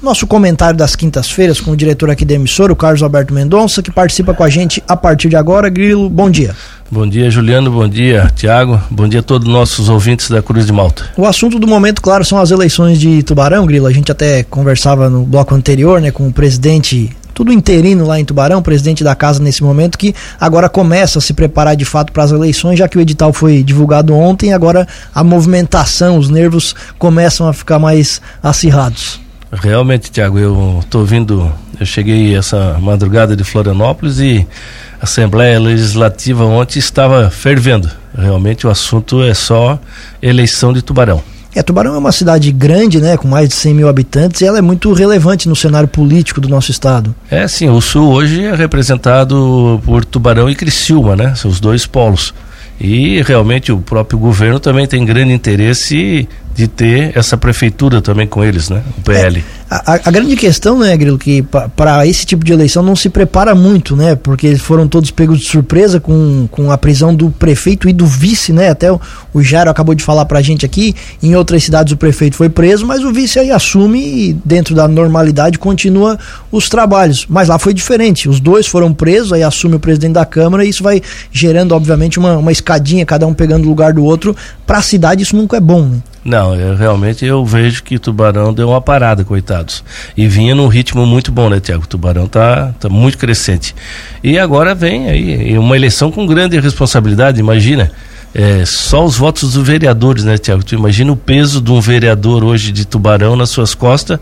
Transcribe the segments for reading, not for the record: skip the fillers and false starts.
Nosso comentário das quintas-feiras com o diretor aqui da emissora, o Carlos Alberto Mendonça, que participa com a gente a partir de agora. Grilo, bom dia. Bom dia, Juliano, bom dia, Tiago, bom dia a todos os nossos ouvintes da Cruz de Malta. O assunto do momento, claro, são as eleições de Tubarão, Grilo. A gente até conversava no bloco anterior, né, com o presidente, tudo interino lá em Tubarão, presidente da casa nesse momento, que agora começa a se preparar de fato para as eleições, já que o edital foi divulgado ontem, agora a movimentação, os nervos começam a ficar mais acirrados. Realmente, Tiago, eu cheguei essa madrugada de Florianópolis e a Assembleia Legislativa ontem estava fervendo. Realmente o assunto é só eleição de Tubarão. Tubarão é uma cidade grande, né, com mais de 100 mil habitantes, e ela é muito relevante no cenário político do nosso estado. Sim, o Sul hoje é representado por Tubarão e Criciúma, né, são os dois polos. E realmente o próprio governo também tem grande interesse de ter essa prefeitura também com eles, né? O PL. A grande questão, né, Grilo, que para esse tipo de eleição não se prepara muito, né? Porque eles foram todos pegos de surpresa com a prisão do prefeito e do vice, né? Até o Jairo acabou de falar pra gente aqui, em outras cidades o prefeito foi preso, mas o vice aí assume e dentro da normalidade continua os trabalhos. Mas lá foi diferente, os dois foram presos, aí assume o presidente da Câmara e isso vai gerando, obviamente, uma escadinha, cada um pegando o lugar do outro. Pra cidade isso nunca é bom, né? Não, realmente eu vejo que Tubarão deu uma parada, coitados. E vinha num ritmo muito bom, né, Tiago? Tubarão tá muito crescente. E agora vem aí uma eleição com grande responsabilidade, imagina. Só os votos dos vereadores, né, Tiago? Tu imagina o peso de um vereador hoje de Tubarão nas suas costas.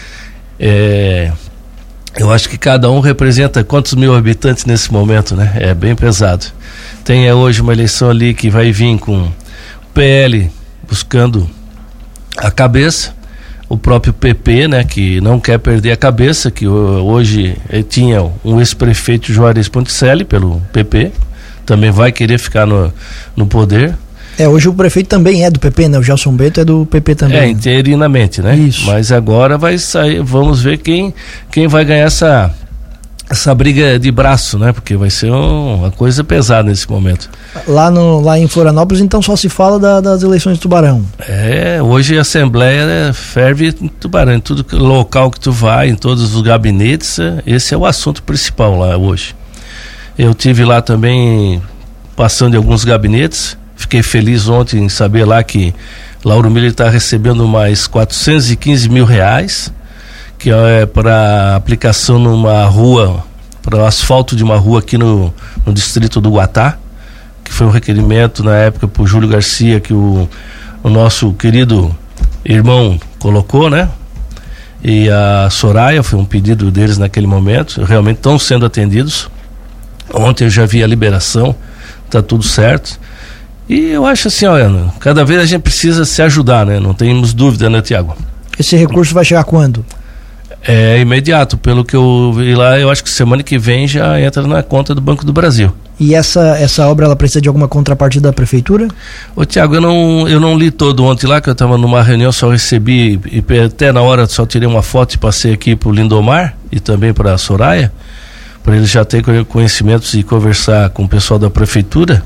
Eu acho que cada um representa quantos mil habitantes nesse momento, né? É bem pesado. Tem hoje uma eleição ali que vai vir com o PL buscando a cabeça, o próprio PP, né, que não quer perder a cabeça, que hoje tinha um ex-prefeito Juarez Ponticelli pelo PP, também vai querer ficar no poder. Hoje o prefeito também é do PP, né, o Gelson Bento é do PP também. Interinamente, né? Isso. Mas agora vai sair, vamos ver quem vai ganhar essa briga de braço, né? Porque vai ser uma coisa pesada nesse momento. Lá em Florianópolis, então, só se fala das eleições de Tubarão. Hoje a Assembleia ferve em Tubarão, em todo local que tu vai, em todos os gabinetes, esse é o assunto principal lá hoje. Eu tive lá também, passando em alguns gabinetes, fiquei feliz ontem em saber lá que Lauro Miller está recebendo mais R$415 mil, que é para aplicação numa rua, para o asfalto de uma rua aqui no distrito do Guatá, que foi um requerimento na época para o Júlio Garcia, que o nosso querido irmão colocou, né? E a Soraya, foi um pedido deles naquele momento, realmente estão sendo atendidos. Ontem eu já vi a liberação, tá tudo certo. E eu acho assim, olha, cada vez a gente precisa se ajudar, né? Não temos dúvida, né, Tiago? Esse recurso vai chegar quando? Imediato, pelo que eu vi lá, eu acho que semana que vem já entra na conta do Banco do Brasil. E essa obra, ela precisa de alguma contrapartida da prefeitura? Ô Tiago, eu não li todo ontem lá, que eu estava numa reunião, só recebi, e até na hora só tirei uma foto e passei aqui pro Lindomar e também para a Soraya, para eles já terem conhecimentos e conversar com o pessoal da prefeitura.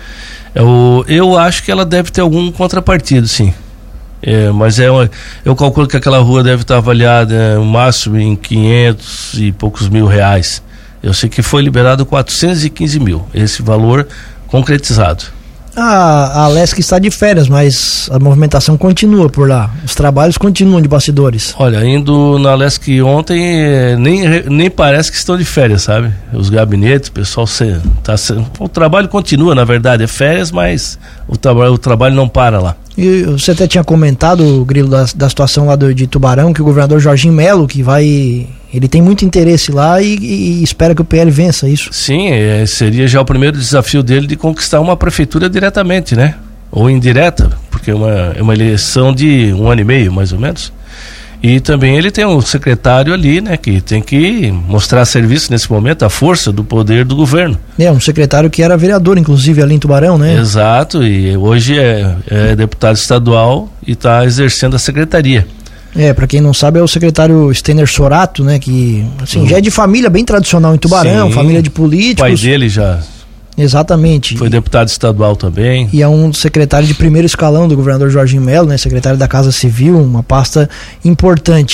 Eu acho que ela deve ter algum contrapartido, sim. Mas eu calculo que aquela rua deve estar avaliada no máximo em 500 e poucos mil reais. Eu sei que foi liberado 415 mil, esse valor concretizado. A Alesc está de férias, mas a movimentação continua por lá, os trabalhos continuam de bastidores. Olha, indo na Alesc ontem, nem parece que estão de férias, sabe? Os gabinetes, o pessoal o trabalho continua, na verdade, é férias, mas o trabalho não para lá. E você até tinha comentado, Grilo, da situação lá de Tubarão, que o governador Jorginho Melo, ele tem muito interesse lá e espera que o PL vença isso. Sim, seria já o primeiro desafio dele de conquistar uma prefeitura diretamente, né? Ou indireta, porque é uma eleição de 1 ano e meio, mais ou menos. E também ele tem um secretário ali, né, que tem que mostrar serviço nesse momento, a força do poder do governo. Um secretário que era vereador, inclusive, ali em Tubarão, né? Exato, e hoje é deputado estadual e está exercendo a secretaria. Pra quem não sabe, é o secretário Stener Sorato, né, que assim, já é de família bem tradicional em Tubarão, sim, família de políticos. O pai dele já... Exatamente. Foi deputado estadual também. E é um secretário de primeiro escalão do governador Jorginho Melo, né? Secretário da Casa Civil, uma pasta importante.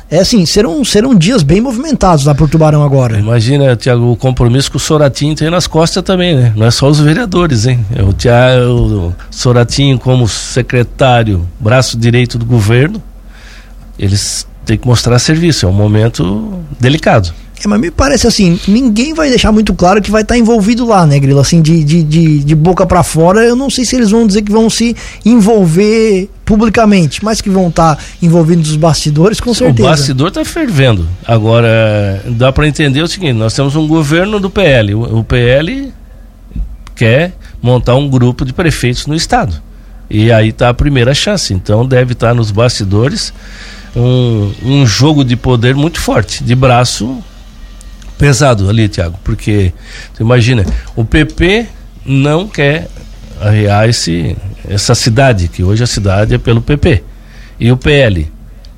assim, serão dias bem movimentados lá por Tubarão agora. Imagina, Tiago, o compromisso que o Soratinho tem nas costas também, né? Não é só os vereadores, hein? O Soratinho como secretário, braço direito do governo, eles têm que mostrar serviço, é um momento delicado. Mas me parece assim, ninguém vai deixar muito claro que vai estar envolvido lá, né, Grilo? Assim, de boca pra fora, eu não sei se eles vão dizer que vão se envolver publicamente, mas que vão estar envolvidos nos bastidores, com certeza. O bastidor tá fervendo. Agora, dá para entender o seguinte, nós temos um governo do PL, o PL quer montar um grupo de prefeitos no estado, e aí tá a primeira chance, então deve estar nos bastidores um jogo de poder muito forte, de braço pesado ali, Tiago, porque você imagina, o PP não quer arrear essa cidade, que hoje a cidade é pelo PP, e o PL.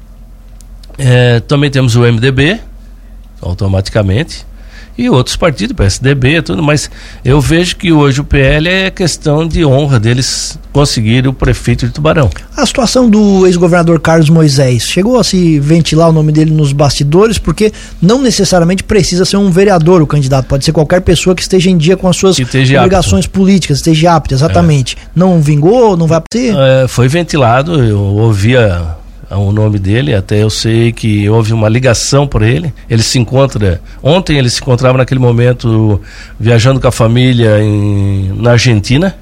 Também temos o MDB, automaticamente, e outros partidos, PSDB, tudo, mas eu vejo que hoje o PL é questão de honra deles conseguirem o prefeito de Tubarão. A situação do ex-governador Carlos Moisés, chegou a se ventilar o nome dele nos bastidores, porque não necessariamente precisa ser um vereador o candidato, pode ser qualquer pessoa que esteja em dia com as suas obrigações políticas, esteja apta, exatamente. Não vingou, não vai ter? Foi ventilado, eu ouvia o nome dele, até eu sei que houve uma ligação para ele, ontem ele se encontrava naquele momento viajando com a família na Argentina,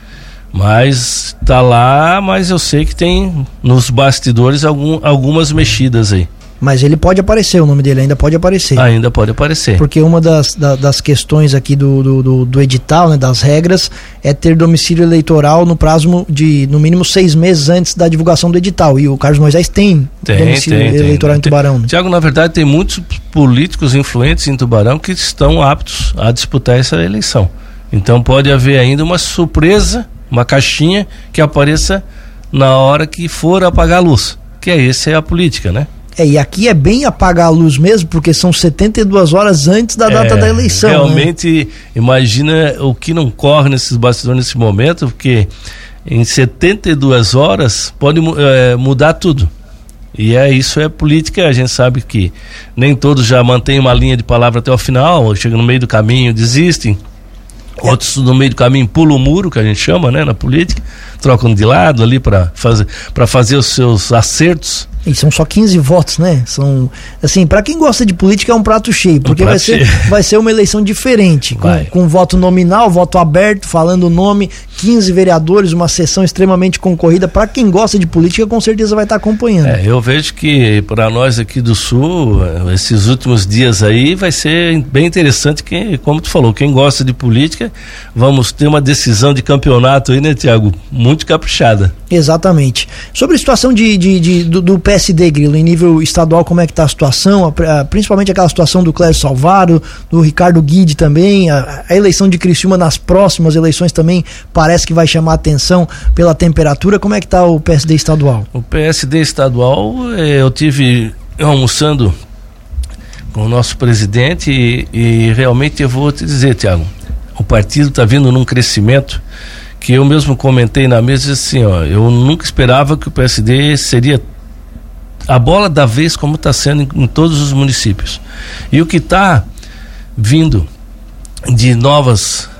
mas tá lá, mas eu sei que tem nos bastidores algumas mexidas aí. Mas ele pode aparecer, o nome dele ainda pode aparecer. Ainda pode aparecer. Porque uma das questões aqui do edital, né, das regras, é ter domicílio eleitoral no prazo de, no mínimo, 6 meses antes da divulgação do edital. E o Carlos Moisés tem domicílio eleitoral em Tubarão. Né? Tiago, na verdade, tem muitos políticos influentes em Tubarão que estão aptos a disputar essa eleição. Então pode haver ainda uma surpresa, uma caixinha que apareça na hora que for apagar a luz. Que essa é a política, né? E aqui é bem apagar a luz mesmo, porque são 72 horas antes da data da eleição. Realmente, né? Imagina o que não corre nesses bastidores nesse momento, porque em 72 horas pode mudar tudo. E isso é política, a gente sabe que nem todos já mantêm uma linha de palavra até o final, chegam no meio do caminho, desistem. Outros no meio do caminho pulam o muro, que a gente chama, né, na política, trocam de lado ali para fazer os seus acertos. E são só 15 votos, né? São, assim, para quem gosta de política é um prato cheio, porque vai ser uma eleição diferente, com voto nominal, voto aberto, falando o nome, 15 vereadores, uma sessão extremamente concorrida. Para quem gosta de política, com certeza vai estar acompanhando. Eu vejo que para nós aqui do Sul, esses últimos dias aí vai ser bem interessante, como tu falou, quem gosta de política, vamos ter uma decisão de campeonato aí, né, Tiago? Muito caprichada. Exatamente. Sobre a situação do PSD, Grilo, em nível estadual, como é que está a situação, principalmente aquela situação do Clécio Salvaro, do Ricardo Guide também, a eleição de Criciúma nas próximas eleições também parece que vai chamar atenção pela temperatura. Como é que está o PSD estadual? O PSD estadual, eu tive almoçando com o nosso presidente e realmente eu vou te dizer, Tiago, o partido está vindo num crescimento que eu mesmo comentei na mesa assim, eu nunca esperava que o PSD seria a bola da vez como está sendo em todos os municípios. E o que está vindo de novas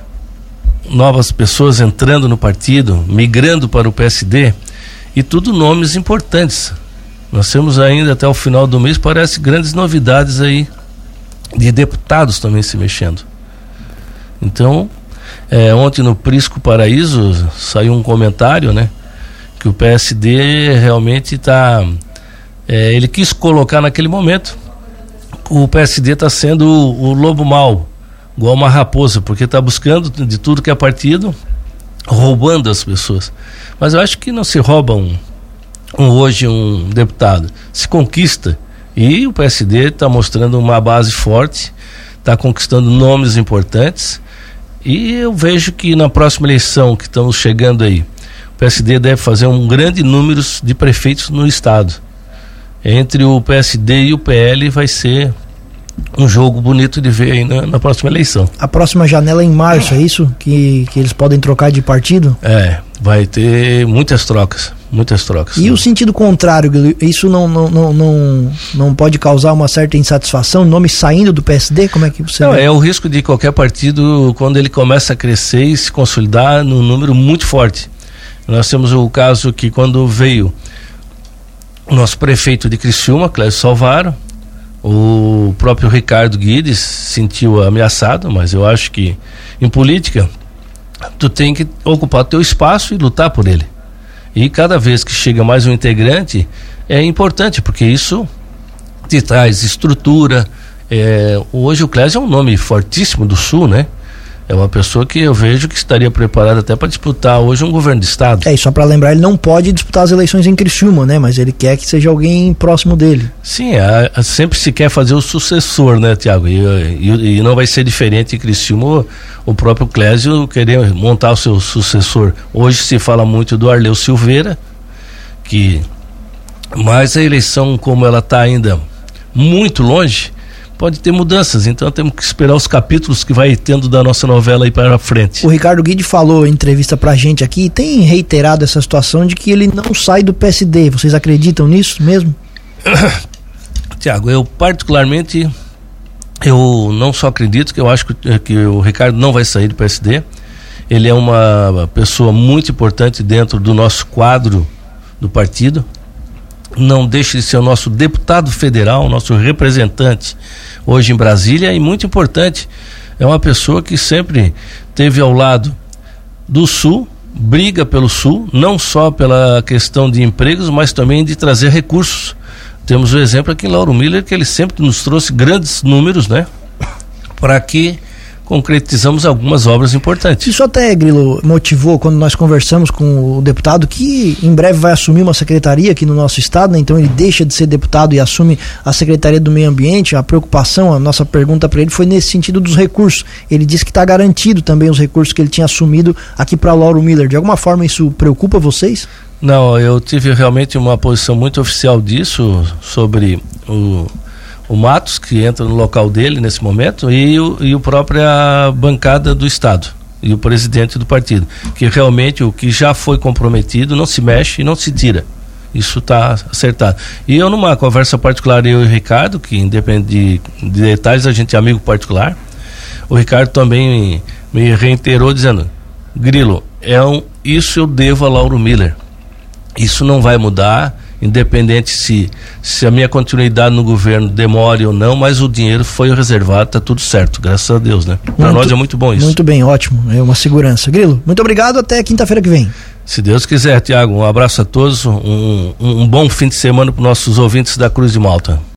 pessoas entrando no partido, migrando para o PSD, e tudo nomes importantes. Nós temos ainda até o final do mês, parece, grandes novidades aí de deputados também se mexendo. Então, ontem no Prisco Paraíso saiu um comentário, né, que o PSD realmente está ele quis colocar naquele momento o PSD está sendo o lobo mau, igual uma raposa, porque está buscando de tudo que é partido, roubando as pessoas. Mas eu acho que não se rouba hoje um deputado, se conquista, e o PSD está mostrando uma base forte, está conquistando nomes importantes. E eu vejo que na próxima eleição que estamos chegando aí, o PSD deve fazer um grande número de prefeitos no estado. Entre o PSD e o PL vai ser um jogo bonito de ver aí na próxima eleição. A próxima janela é em março, é isso? Que eles podem trocar de partido? Vai ter muitas trocas. Muitas trocas. E o sentido contrário, isso não pode causar uma certa insatisfação, nome saindo do PSD? Como é que você vê? É o risco de qualquer partido quando ele começa a crescer e se consolidar num número muito forte. Nós temos o caso que quando veio o nosso prefeito de Criciúma, Clésio Salvaro, o próprio Ricardo Guedes se sentiu ameaçado, mas eu acho que em política tu tem que ocupar teu espaço e lutar por ele. E cada vez que chega mais um integrante é importante, porque isso te traz estrutura. Hoje o Clésio é um nome fortíssimo do Sul, né? É uma pessoa que eu vejo que estaria preparada até para disputar hoje um governo de estado. E só para lembrar, ele não pode disputar as eleições em Criciúma, né? Mas ele quer que seja alguém próximo dele. Sim, sempre se quer fazer o sucessor, né, Tiago? E não vai ser diferente em Criciúma o próprio Clésio querer montar o seu sucessor. Hoje se fala muito do Arleu Silveira, mas a eleição, como ela está ainda muito longe, pode ter mudanças, então temos que esperar os capítulos que vai tendo da nossa novela aí para frente. O Ricardo Guedes falou em entrevista pra gente aqui, e tem reiterado essa situação de que ele não sai do PSD. Vocês acreditam nisso mesmo? Tiago, eu particularmente, eu não só acredito, que eu acho que o Ricardo não vai sair do PSD. Ele é uma pessoa muito importante dentro do nosso quadro do partido. Não deixe de ser o nosso deputado federal, nosso representante hoje em Brasília, e muito importante, é uma pessoa que sempre esteve ao lado do Sul, briga pelo Sul, não só pela questão de empregos, mas também de trazer recursos. Temos o exemplo aqui em Lauro Miller, que ele sempre nos trouxe grandes números, né? Para que concretizamos algumas obras importantes. Isso até, Grilo, motivou quando nós conversamos com o deputado que em breve vai assumir uma secretaria aqui no nosso estado, né? Então ele deixa de ser deputado e assume a Secretaria do Meio Ambiente. A preocupação, a nossa pergunta para ele foi nesse sentido dos recursos. Ele disse que está garantido também os recursos que ele tinha assumido aqui para Lauro Miller. De alguma forma isso preocupa vocês? Não, eu tive realmente uma posição muito oficial disso sobre o Matos, que entra no local dele nesse momento, e a própria bancada do Estado e o presidente do partido, que realmente o que já foi comprometido não se mexe e não se tira. Isso está acertado. E eu, numa conversa particular, eu e o Ricardo, que independe de detalhes, a gente é amigo particular, o Ricardo também me reiterou dizendo: Grilo, isso eu devo a Lauro Miller, isso não vai mudar, independente se a minha continuidade no governo demore ou não, mas o dinheiro foi reservado, tá tudo certo, graças a Deus, né? Para nós é muito bom isso. Muito bem, ótimo, é uma segurança. Grilo, muito obrigado, até quinta-feira que vem. Se Deus quiser, Tiago, um abraço a todos, um bom fim de semana para os nossos ouvintes da Cruz de Malta.